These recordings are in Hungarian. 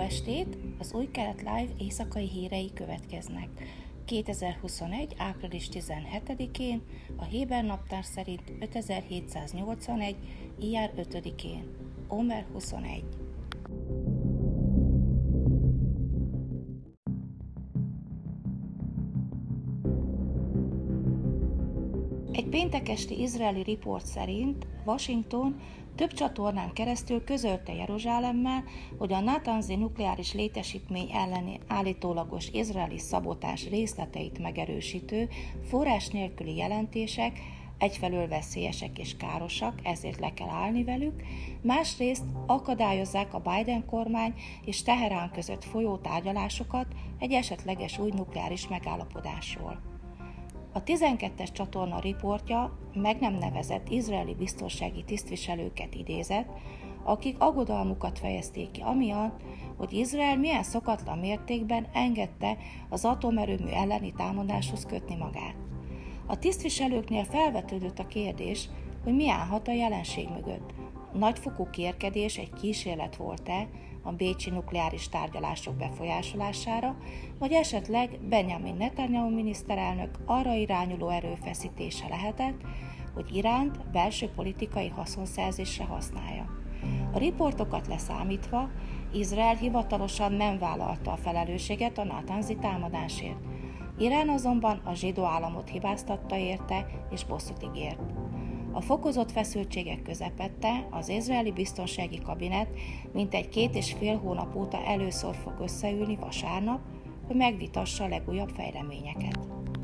estét! Az Új Kelet Live éjszakai hírei következnek. 2021. április 17-én, a Héber naptár szerint 5781. ijár 5-én, Omer 21. Egy péntek esti izraeli riport szerint Washington több csatornán keresztül közölte Jeruzsálemmel, hogy a Natanzi nukleáris létesítmény elleni állítólagos izraeli szabotás részleteit megerősítő, forrás nélküli jelentések egyfelől veszélyesek és károsak, ezért le kell állni velük, másrészt akadályozzák a Biden kormány és Teherán között folyó tárgyalásokat egy esetleges új nukleáris megállapodásról. A 12-es csatorna riportja meg nem nevezett izraeli biztonsági tisztviselőket idézett, akik aggodalmukat fejezték ki amiatt, hogy Izrael milyen szokatlan mértékben engedte az atomerőmű elleni támadáshoz kötni magát. A tisztviselőknél felvetődött a kérdés, hogy mi állhat a jelenség mögött. A nagyfokú kérkedés egy kísérlet volt-e a bécsi nukleáris tárgyalások befolyásolására, vagy esetleg Benjamin Netanyahu miniszterelnök arra irányuló erőfeszítése lehetett, hogy Iránt belső politikai haszonszerzésre használja. A riportokat leszámítva, Izrael hivatalosan nem vállalta a felelősséget a Natanzi támadásért. Irán azonban a zsidó államot hibáztatta érte és bosszút ígért. A fokozott feszültségek közepette az izraeli biztonsági kabinet mintegy 2,5 hónap óta először fog összeülni vasárnap, hogy megvitassa a legújabb fejleményeket.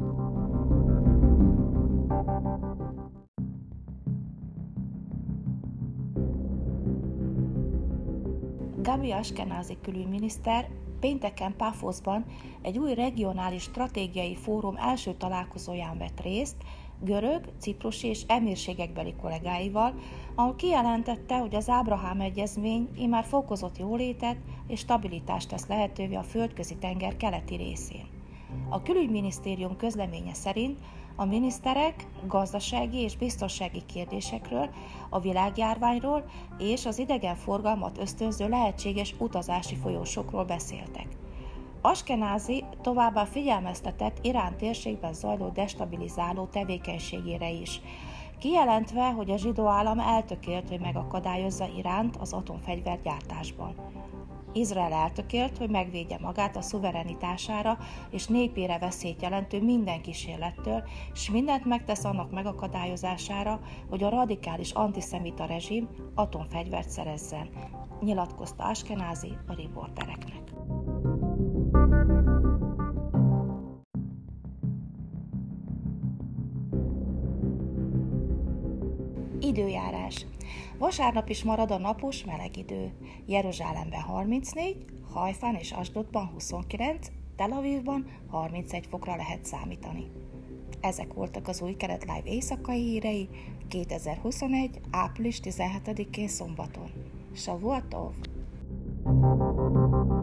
Gabi Ashkenazi külügyminiszter pénteken Pafoszban egy új regionális stratégiai fórum első találkozóján vett részt, görög, ciprusi és emírségekbeli kollégáival, ahol kijelentette, hogy az Ábrahám egyezmény immár fokozott jólétet és stabilitást tesz lehetővé a Földközi-tenger keleti részén. A külügyminisztérium közleménye szerint a miniszterek gazdasági és biztonsági kérdésekről, a világjárványról és az idegenforgalmat ösztönző lehetséges utazási folyosókról beszéltek. Ashkenazi továbbá figyelmeztetett Irán térségben zajló destabilizáló tevékenységére is, kijelentve, hogy a zsidó állam eltökélt, hogy megakadályozza Iránt az atomfegyvergyártásban. Izrael eltökélt, hogy megvédje magát a szuverenitására és népére veszélyt jelentő minden kísérlettől, és mindent megtesz annak megakadályozására, hogy a radikális antiszemita rezsim atomfegyvert szerezzen, nyilatkozta Ashkenazi a riportereknek. Időjárás. Vasárnap is marad a napos meleg idő. Jeruzsálemben 34, Hajfán és Asdodban 29, Tel Avivban 31 fokra lehet számítani. Ezek voltak az Új Kelet Live éjszakai hírei 2021. április 17-én szombaton. Shavuot Tov!